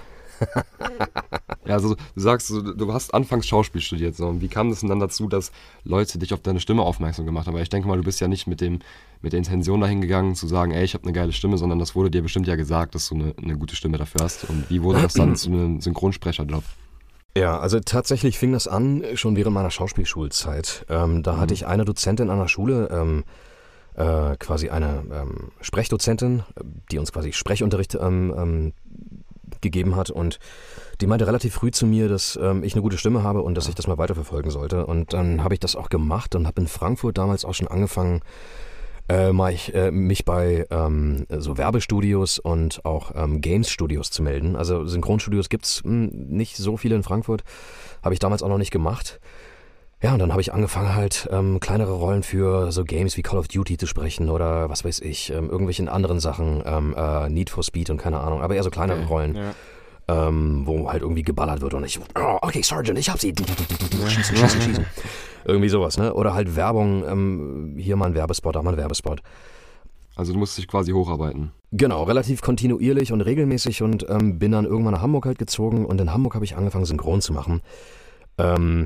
Ja, also du sagst, du, du hast anfangs Schauspiel studiert. So. Und wie kam das denn dann dazu, dass Leute dich auf deine Stimme aufmerksam gemacht haben? Weil ich denke mal, du bist ja nicht mit, dem, mit der Intention dahin gegangen, zu sagen, ey, ich habe eine geile Stimme, sondern das wurde dir bestimmt ja gesagt, dass du eine, eine gute Stimme dafür hast. Und wie wurde das dann zu einem Synchronsprecherjob? Ja, also tatsächlich fing das an schon während meiner Schauspielschulzeit. Ähm, da hatte ich eine Dozentin an der Schule, ähm, äh, quasi eine ähm, Sprechdozentin, die uns quasi Sprechunterricht ähm, ähm, gegeben hat und die meinte relativ früh zu mir, dass ähm, ich eine gute Stimme habe und dass ich das mal weiterverfolgen sollte. Und dann habe ich das auch gemacht und habe in Frankfurt damals auch schon angefangen, äh, mal ich, äh, mich bei ähm, so Werbestudios und auch ähm, Games-Studios zu melden. Also Synchronstudios gibt es nicht so viele in Frankfurt, habe ich damals auch noch nicht gemacht. Ja, und dann habe ich angefangen halt ähm, kleinere Rollen für so Games wie Call of Duty zu sprechen oder was weiß ich, ähm, irgendwelchen anderen Sachen, ähm, äh, Need for Speed und keine Ahnung, aber eher so kleinere Rollen, Ja. ähm, wo halt irgendwie geballert wird und ich, oh, okay, Sergeant, ich hab sie, schießen, schießen, schießen. Irgendwie sowas, ne? Oder halt Werbung, ähm, hier mal ein Werbespot, da mal ein Werbespot. Also du musst dich quasi hocharbeiten. Genau, relativ kontinuierlich und regelmäßig und ähm, bin dann irgendwann nach Hamburg halt gezogen und in Hamburg habe ich angefangen, synchron zu machen. Ähm,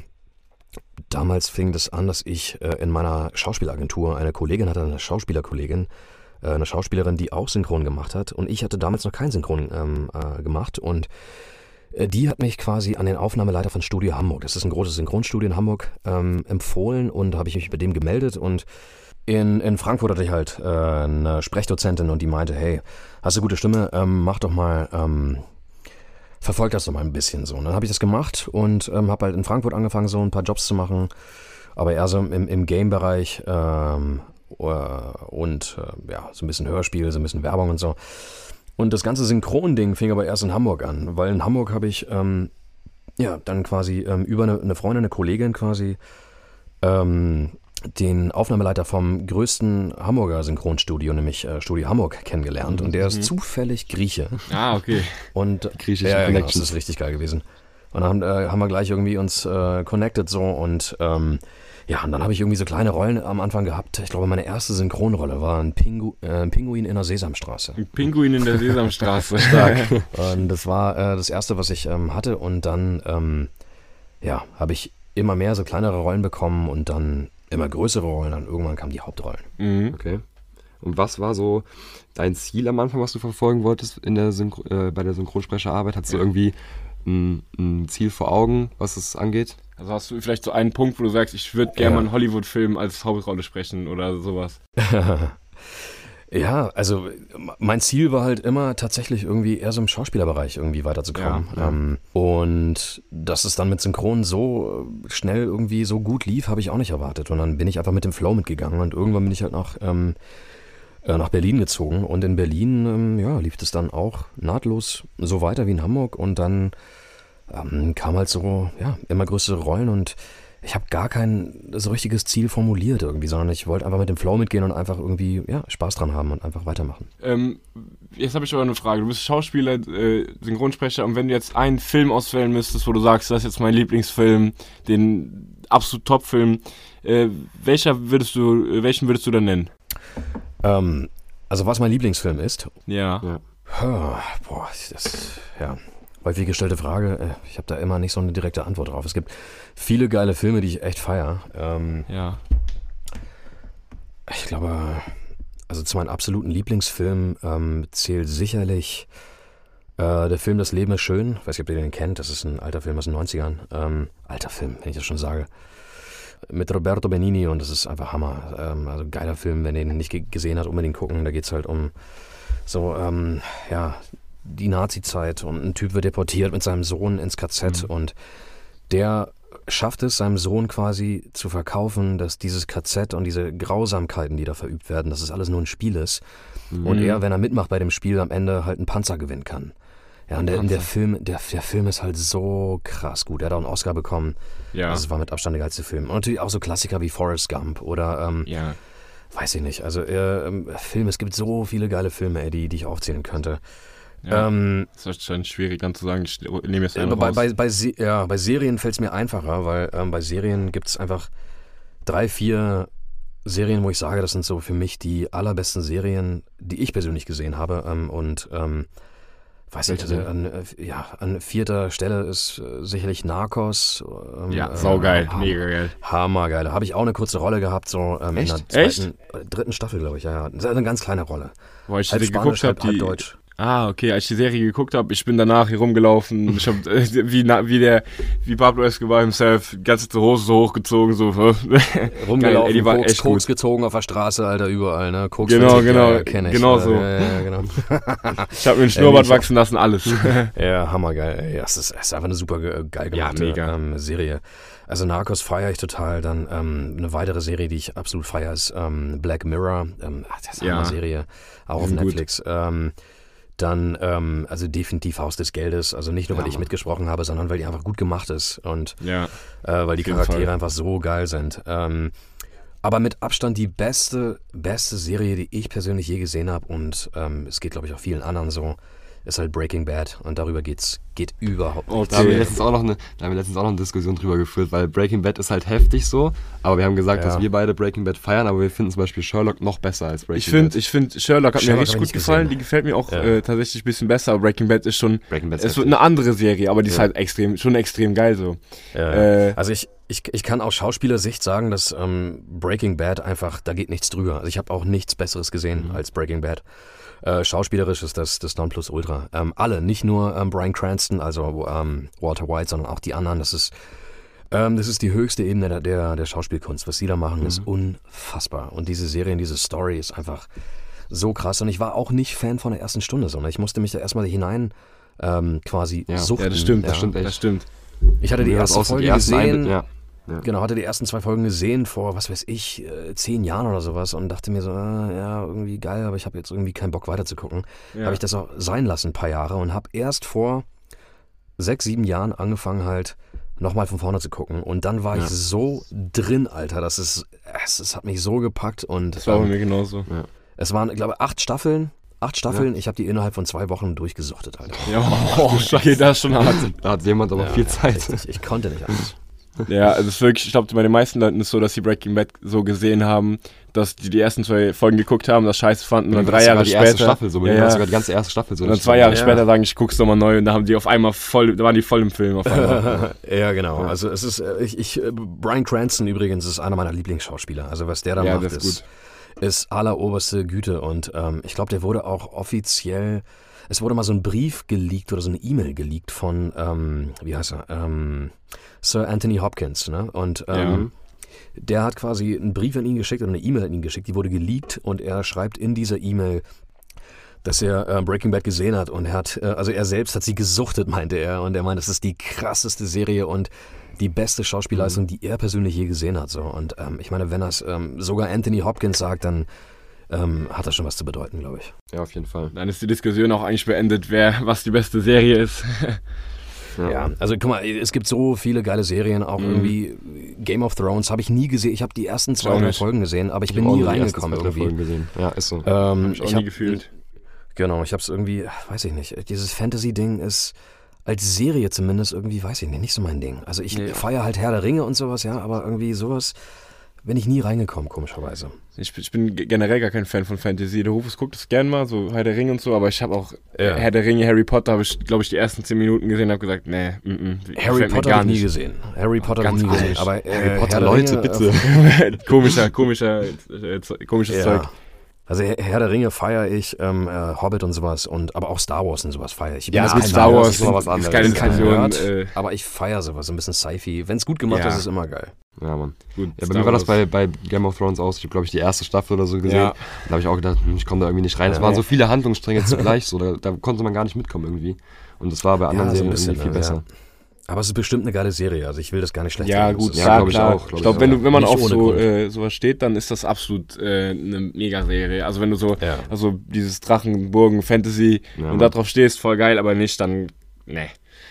damals fing das an, dass ich äh, in meiner Schauspielagentur eine Kollegin hatte, eine Schauspielerkollegin, äh, eine Schauspielerin, die auch synchron gemacht hat und ich hatte damals noch kein Synchron ähm, äh, gemacht und äh, die hat mich quasi an den Aufnahmeleiter von Studio Hamburg, das ist ein großes Synchronstudio in Hamburg, ähm, empfohlen und da habe ich mich bei dem gemeldet und In, in Frankfurt hatte ich halt äh, eine Sprechdozentin und die meinte, hey, hast du gute Stimme, ähm, mach doch mal, ähm, verfolg das doch mal ein bisschen so. Und dann habe ich das gemacht und ähm, habe halt in Frankfurt angefangen, so ein paar Jobs zu machen, aber eher so im, im Game-Bereich ähm, äh, und äh, ja, so ein bisschen Hörspiel, so ein bisschen Werbung und so. Und das ganze Synchron-Ding fing aber erst in Hamburg an, weil in Hamburg habe ich ähm, ja dann quasi ähm, über eine, eine Freundin, eine Kollegin quasi, ähm, den Aufnahmeleiter vom größten Hamburger Synchronstudio, nämlich äh, Studio Hamburg, kennengelernt. Und der ist zufällig Grieche. Ah, okay. Und Griechische ja, ja, genau, das Connections. ist richtig geil gewesen. Und dann haben, äh, haben wir gleich irgendwie uns äh, connected so und ähm, ja, und dann habe ich irgendwie so kleine Rollen am Anfang gehabt. Ich glaube, meine erste Synchronrolle war ein, Pingu äh, ein Pinguin in der Sesamstraße. Ein Pinguin in der Sesamstraße. Und das war äh, das erste, was ich ähm, hatte. Und dann, ähm, ja, habe ich immer mehr so kleinere Rollen bekommen und dann immer größere Rollen. Dann irgendwann kamen die Hauptrollen. Mhm. Okay. Und was war so dein Ziel am Anfang, was du verfolgen wolltest in der Synchro- äh, bei der Synchronsprecherarbeit? Hattest du irgendwie ein, ein Ziel vor Augen, was es angeht? Also hast du vielleicht so einen Punkt, wo du sagst, ich würde gerne Ja. mal einen Hollywood-Film als Hauptrolle sprechen oder sowas? Ja, also mein Ziel war halt immer tatsächlich irgendwie eher so im Schauspielerbereich irgendwie weiterzukommen. Ja, ja. Ähm, und dass es dann mit Synchron so schnell irgendwie so gut lief, habe ich auch nicht erwartet. Und dann bin ich einfach mit dem Flow mitgegangen und irgendwann bin ich halt nach, ähm, äh, nach Berlin gezogen. Und in Berlin ähm, ja, lief es dann auch nahtlos so weiter wie in Hamburg. Und dann ähm, kam halt so ja, immer größere Rollen und ich habe gar kein so richtiges Ziel formuliert irgendwie, sondern ich wollte einfach mit dem Flow mitgehen und einfach irgendwie ja, Spaß dran haben und einfach weitermachen. Ähm, jetzt habe ich aber eine Frage. Du bist Schauspieler, äh, Synchronsprecher und wenn du jetzt einen Film auswählen müsstest, wo du sagst, das ist jetzt mein Lieblingsfilm, den absolut Top-Film, äh, welcher würdest du, äh, welchen würdest du dann nennen? Ähm, also was mein Lieblingsfilm ist, Ja. Ja. huh, boah, das ja häufig gestellte Frage. Äh, Ich habe da immer nicht so eine direkte Antwort drauf. Es gibt viele geile Filme, die ich echt feiere. Ähm, Ja. ich glaube, also zu meinen absoluten Lieblingsfilmen ähm, zählt sicherlich äh, der Film Das Leben ist schön. Ich weiß nicht, ob ihr den kennt. Das ist ein alter Film aus den neunzigern. Ähm, alter Film, wenn ich das schon sage. Mit Roberto Benigni und das ist einfach Hammer. Ähm, also geiler Film, wenn ihr den nicht ge- gesehen habt, unbedingt gucken. Da geht es halt um so, ähm, ja, die Nazi-Zeit und ein Typ wird deportiert mit seinem Sohn ins K Z Mhm. und der schafft es, seinem Sohn quasi zu verkaufen, dass dieses K Z und diese Grausamkeiten, die da verübt werden, dass es alles nur ein Spiel ist und Mhm. er, wenn er mitmacht bei dem Spiel, am Ende halt einen Panzer gewinnen kann. Ja, und der, der, Panzer. Film, der, der Film ist halt so krass gut. Er hat auch einen Oscar bekommen. Ja. Also es war mit Abstand der geilste Film. Und natürlich auch so Klassiker wie Forrest Gump oder, ähm, Ja. weiß ich nicht, also äh, ähm, Filme, es gibt so viele geile Filme, ey, die, die ich aufzählen könnte. Ja. Ähm, Das ist wahrscheinlich schwierig dann zu sagen, ich nehme jetzt äh, einen bei, raus. bei, bei, Se- ja, bei Serien fällt es mir einfacher, weil ähm, bei Serien gibt es einfach drei, vier Serien, wo ich sage, das sind so für mich die allerbesten Serien, die ich persönlich gesehen habe. Ähm, und ähm, weiß nicht, also Welche an, äh, ja, an vierter Stelle ist äh, sicherlich Narcos. Ähm, Ja, äh, saugeil, Ham- mega geil. Hammergeil. Da habe ich auch eine kurze Rolle gehabt, so ähm, in Echt? der Echt? zweiten, äh, dritten Staffel, glaube ich. Ja, ja. Das ist eine ganz kleine Rolle. Wo ich Halb die Spanisch, geguckt habe, halb, halb die... Deutsch. Ah, okay, als ich die Serie geguckt habe, ich bin danach hier rumgelaufen, ich hab, äh, wie, na, wie der, wie Pablo Escobar himself, die ganze Hose so hochgezogen, so. Rumgelaufen, Geil, ey, die war Koks, echt Koks gut. gezogen auf der Straße, Alter, überall, ne? Koks Genau, witzig, genau, ja, ja, kenn ich. genau ja, so. Ja, ja, genau. Ich habe mir einen Schnurrbart ich- wachsen lassen, alles. Ja, hammergeil. Ey. Ja, es ist, es ist einfach eine super ge- geil Ja, gemachte mega. ähm, Serie. Also Narcos feiere ich total. Dann ähm, eine weitere Serie, die ich absolut feiere, ist ähm, Black Mirror. Ähm, ach, das ist eine Ja. Serie, auch Die auf sind gut. Netflix. Ähm, dann, ähm, also definitiv Haus des Geldes. Also nicht nur, weil Ja, ich Mann. mitgesprochen habe, sondern weil die einfach gut gemacht ist und Ja, äh, weil die Auf jeden Charaktere Fall. einfach so geil sind. Ähm, aber mit Abstand die beste, beste Serie, die ich persönlich je gesehen habe und ähm, es geht, glaube ich, auch vielen anderen so, ist halt Breaking Bad und darüber geht's geht überhaupt nicht. Da haben, wir Okay. letztens auch noch eine, da haben wir letztens auch noch eine Diskussion drüber geführt, weil Breaking Bad ist halt heftig so, aber wir haben gesagt, Ja. dass wir beide Breaking Bad feiern, aber wir finden zum Beispiel Sherlock noch besser als Breaking ich finde, Bad. ich finde, Sherlock hat Sherlock mir richtig hab ich gut nicht gefallen, gesehen. die gefällt mir auch Ja. äh, tatsächlich ein bisschen besser, aber Breaking Bad ist schon, Breaking Bad ist es wird heftig. eine andere Serie, aber die ist Ja. halt extrem, schon extrem geil so. Ja. Äh, Also ich, ich, ich kann aus Schauspielersicht sagen, dass ähm, Breaking Bad einfach, da geht nichts drüber. Also ich habe auch nichts Besseres gesehen Mhm. als Breaking Bad. Äh, schauspielerisch ist das das Nonplusultra. Ähm, alle, nicht nur ähm, Bryan Cranston, also ähm, Walter White, sondern auch die anderen. Das ist, ähm, das ist die höchste Ebene der, der, der Schauspielkunst. Was sie da machen, ist unfassbar. Und diese Serie, diese Story ist einfach so krass. Und ich war auch nicht Fan von der ersten Stunde, sondern ich musste mich da erstmal hinein ähm, quasi Ja. suchten. ja, das stimmt, ja. das stimmt, echt. das stimmt. Ich hatte die Ja, erste auch so Folge die ersten gesehen. Einbl- ja. Ja. Genau, hatte die ersten zwei Folgen gesehen vor, was weiß ich, äh, zehn Jahren oder sowas und dachte mir so, äh, ja, irgendwie geil, aber ich habe jetzt irgendwie keinen Bock weiter zu gucken. Ja. Habe ich das auch sein lassen, ein paar Jahre und habe erst vor sechs, sieben Jahren angefangen halt nochmal von vorne zu gucken und dann war Ja. ich so drin, Alter, das ist, es, es hat mich so gepackt und Das war bei ähm, mir genauso. es waren, ich glaube, acht Staffeln, acht Staffeln, ich habe die innerhalb von zwei Wochen durchgesuchtet, Alter. Ja, oh, okay, das ist schon hart. Da hat jemand aber Ja, viel Zeit. richtig, ich konnte nicht anders. Ja, also es ist wirklich, ich glaube, bei den meisten Leuten ist es so, dass sie Breaking Bad so gesehen haben, dass die die ersten zwei Folgen geguckt haben, das scheiße fanden und dann drei Jahre die später. erste Staffel so, ja, ja, ja. sogar die ganze erste Staffel so. Und dann zwei Jahre Ja. später sagen, ich guck's nochmal neu und da haben die auf einmal voll, da waren die voll im Film auf einmal. Ja, genau. Also es ist, äh, ich, ich, äh, Bryan Cranston übrigens ist einer meiner Lieblingsschauspieler. Also was der da Ja, macht, das ist ist, ist alleroberste Güte und ähm, ich glaube, der wurde auch offiziell, es wurde mal so ein Brief geleakt oder so eine E-Mail geleakt von, ähm, wie heißt er, ähm, Sir Anthony Hopkins, ne? Und ähm, Ja. der hat quasi einen Brief an ihn geschickt oder eine E-Mail an ihn geschickt, die wurde geleakt und er schreibt in dieser E-Mail, dass er äh, Breaking Bad gesehen hat und er hat, äh, also er selbst hat sie gesuchtet, meinte er, und er meint, das ist die krasseste Serie und die beste Schauspielleistung, Mhm. die er persönlich je gesehen hat. So. Und ähm, ich meine, wenn das ähm, sogar Anthony Hopkins sagt, dann ähm, hat das schon was zu bedeuten, glaube ich. Ja, auf jeden Fall. Dann ist die Diskussion auch eigentlich beendet, wer was die beste Serie ist. Ja. Ja, also guck mal, es gibt so viele geile Serien, auch Mhm. irgendwie Game of Thrones habe ich nie gesehen. Ich habe die ersten zwei, auch drei nicht. Folgen gesehen, aber ich bin hab auch nie nur die ersten reingekommen zwei, drei irgendwie. Folgen gesehen. Ja, ist so. Ähm, Hab ich auch nie hab- gefühlt. Genau, ich habe es irgendwie, weiß ich nicht, dieses Fantasy-Ding ist als Serie zumindest irgendwie, weiß ich nicht, nicht so mein Ding. Also ich Nee. feiere halt Herr der Ringe und sowas, ja, aber irgendwie sowas bin ich nie reingekommen, komischerweise. Ich, ich bin g- generell gar kein Fan von Fantasy. Der Rufus guckt es gern mal, so Herr der Ringe und so, aber ich habe auch Ja. äh, Herr der Ringe, Harry Potter, habe ich, glaube ich, die ersten zehn Minuten gesehen und habe gesagt, nee, mm, mm, Harry gefällt mir Potter gar habe ich nie nicht. gesehen. Harry Potter habe ganz ich nie gesehen. komisch. Aber äh, Harry Potter, Herr der Leute, Ringe, bitte. komischer, komischer, äh, Ze- komisches Ja. Zeug. Also Herr Herr der Ringe feiere ich, ähm, äh, Hobbit und sowas, und aber auch Star Wars und sowas feiere ich. Ich bin Ja, jetzt mit kein Star Nerd, Wars ist noch was ist anderes. keine ich bin kein Diskussion. Nerd, Äh, aber ich feiere sowas, so ein bisschen Sci-Fi. Wenn es gut gemacht Ja. ist, ist es immer geil. Ja, Mann. gut, Ja, bei Star mir war das Wars. bei, bei Game of Thrones aus. Ich habe, glaube ich, die erste Staffel oder so gesehen. Ja. Da habe ich auch gedacht, hm, ich komme da irgendwie nicht rein. Es Ja. waren so viele Handlungsstränge zugleich, so, da, da konnte man gar nicht mitkommen irgendwie. Und das war bei anderen Ja, so ein Serien bisschen, irgendwie viel ne, besser. ja. Aber es ist bestimmt eine geile Serie, also ich will das gar nicht schlecht Ja, reden. gut, Das ist- ja, klar, glaub ich klar. auch, glaub ich ich glaube, auch. wenn, du- wenn man Nicht auf ohne so, Grund. äh, sowas steht, dann ist das absolut äh, eine Megaserie. Also wenn du so, Ja. also dieses Drachenburgen, Fantasy, Ja, und Mann. da drauf stehst, voll geil, aber nicht, dann, nee.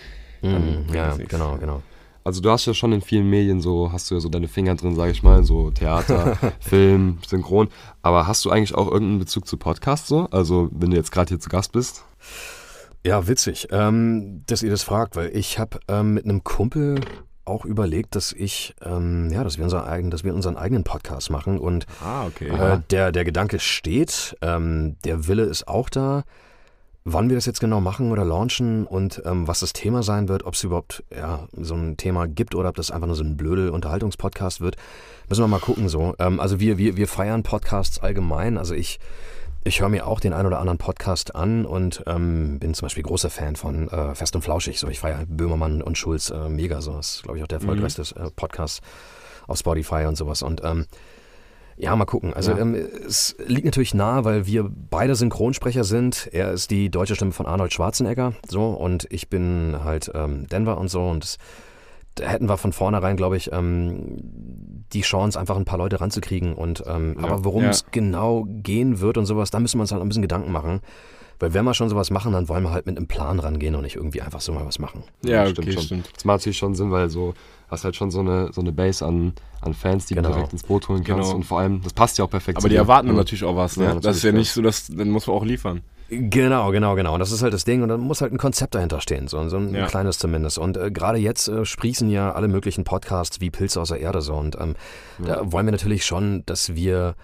Mhm, ja, bringt's nichts. genau, genau. Also du hast ja schon in vielen Medien so, hast du ja so deine Finger drin, sage ich mal, so Theater, Film, Synchron. Aber hast du eigentlich auch irgendeinen Bezug zu Podcasts so? Also wenn du jetzt gerade hier zu Gast bist? Ja, witzig, ähm, dass ihr das fragt, weil ich habe ähm, mit einem Kumpel auch überlegt, dass ich, ähm, ja, dass wir, unser eigen, dass wir unseren eigenen Podcast machen und Ah, okay. äh, der, der Gedanke steht, ähm, der Wille ist auch da. Wann wir das jetzt genau machen oder launchen und ähm, was das Thema sein wird, ob es überhaupt ja, so ein Thema gibt oder ob das einfach nur so ein blöde Unterhaltungspodcast wird, müssen wir mal gucken so. Ähm, also wir, wir, wir feiern Podcasts allgemein. Also ich, ich höre mir auch den ein oder anderen Podcast an und ähm, bin zum Beispiel großer Fan von äh, Fest und Flauschig. So, ich feiere Böhmermann und Schulz äh, mega. So, das ist, glaube ich, auch der erfolgreichste äh, Podcast auf Spotify und sowas. Und ähm, ja, mal gucken. Also Ja. ähm, es liegt natürlich nahe, weil wir beide Synchronsprecher sind. Er ist die deutsche Stimme von Arnold Schwarzenegger, so, und ich bin halt ähm, Denver und so. Und das, da hätten wir von vornherein, glaube ich, ähm, die Chance, einfach ein paar Leute ranzukriegen. Und ähm, Ja. aber worum Ja. es genau gehen wird und sowas, da müssen wir uns halt ein bisschen Gedanken machen. Weil wenn wir schon sowas machen, dann wollen wir halt mit einem Plan rangehen und nicht irgendwie einfach so mal was machen. Ja, stimmt okay, schon. stimmt. Das macht natürlich schon Sinn, weil so hast halt schon so eine, so eine Base an, an Fans, die Genau. du direkt ins Boot holen kannst. Genau. Und vor allem, das passt ja auch perfekt Aber zu die dir. erwarten dann Ja. natürlich auch was, ne? Ja, das ist ja natürlich, nicht so, dass, dann muss man auch liefern. Genau, genau, genau. Und das ist halt das Ding. Und dann muss halt ein Konzept dahinter stehen, so, so ein Ja. kleines zumindest. Und äh, gerade jetzt äh, sprießen ja alle möglichen Podcasts wie Pilze aus der Erde so. Und ähm, Ja. da wollen wir natürlich schon, dass wir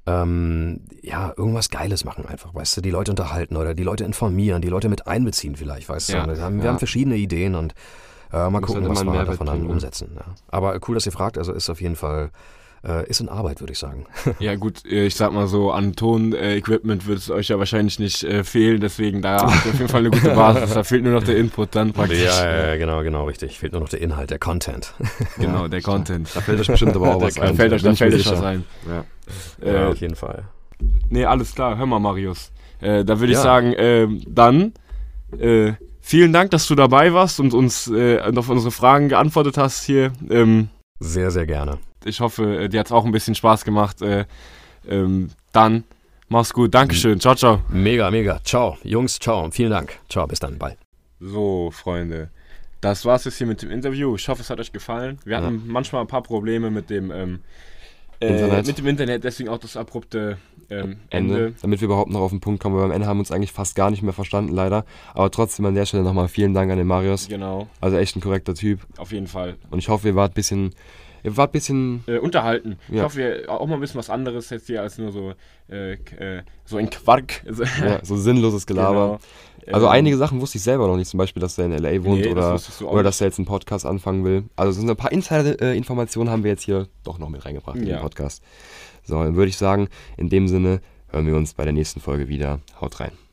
ähm, ja irgendwas Geiles machen einfach, weißt du, die Leute unterhalten oder die Leute informieren, die Leute mit einbeziehen vielleicht, weißt Ja. du. Und wir haben, wir Ja. haben verschiedene Ideen und äh, mal Muss gucken, halt was immer wir einen davon Mehrwert dann bringen, ne? umsetzen. Ja. Aber cool, dass ihr fragt. Also ist auf jeden Fall äh, ist in Arbeit, würde ich sagen. Ja gut, äh, ich sag mal so, an Ton-Equipment wird es euch ja wahrscheinlich nicht äh, fehlen, deswegen da habt ihr auf jeden Fall eine gute Basis. Da fehlt nur noch der Input dann praktisch. Ja, ja, genau, genau, richtig. Fehlt nur noch der Inhalt, der Content. Genau, der Content. Da fällt euch bestimmt aber auch was Da ein. fällt euch, bin da ich mir fällt euch sicher. was ein. Ja. Äh, auf jeden Fall. Nee, alles klar, hör mal, Marius. Äh, da würde ich Ja. sagen, ähm, dann äh, vielen Dank, dass du dabei warst und uns äh, auf unsere Fragen geantwortet hast hier. Ähm, Sehr, sehr gerne. ich hoffe, äh, dir hat es auch ein bisschen Spaß gemacht. Äh, ähm, dann mach's gut. Dankeschön. Ciao, ciao. Mega, mega. Ciao, Jungs, ciao. Vielen Dank. Ciao, bis dann, bye. So, Freunde. Das war's jetzt hier mit dem Interview. Ich hoffe, es hat euch gefallen. Wir hatten manchmal ein paar Probleme mit dem ähm, äh, Internet. mit dem Internet, deswegen auch das abrupte ähm, Ende, Ende. damit wir überhaupt noch auf den Punkt kommen, weil am Ende haben wir uns eigentlich fast gar nicht mehr verstanden, leider. Aber trotzdem an der Stelle nochmal vielen Dank an den Marius. Genau, Also echt ein korrekter Typ. auf jeden Fall. Und ich hoffe, ihr wart ein bisschen ihr wart ein bisschen... Äh, unterhalten. Ja. Ich hoffe, wir auch mal ein bisschen was anderes jetzt hier als nur so, äh, k- äh, so ein Quark. Ja, so sinnloses Gelaber. Genau. Also Ähm, einige Sachen wusste ich selber noch nicht, zum Beispiel, dass er in L A wohnt Nee, das oder, wusstest du auch oder nicht. dass er jetzt einen Podcast anfangen will. Also so ein paar Insider-Informationen haben wir jetzt hier doch noch mit reingebracht in Ja. den Podcast. So, dann würde ich sagen, in dem Sinne hören wir uns bei der nächsten Folge wieder. Haut rein.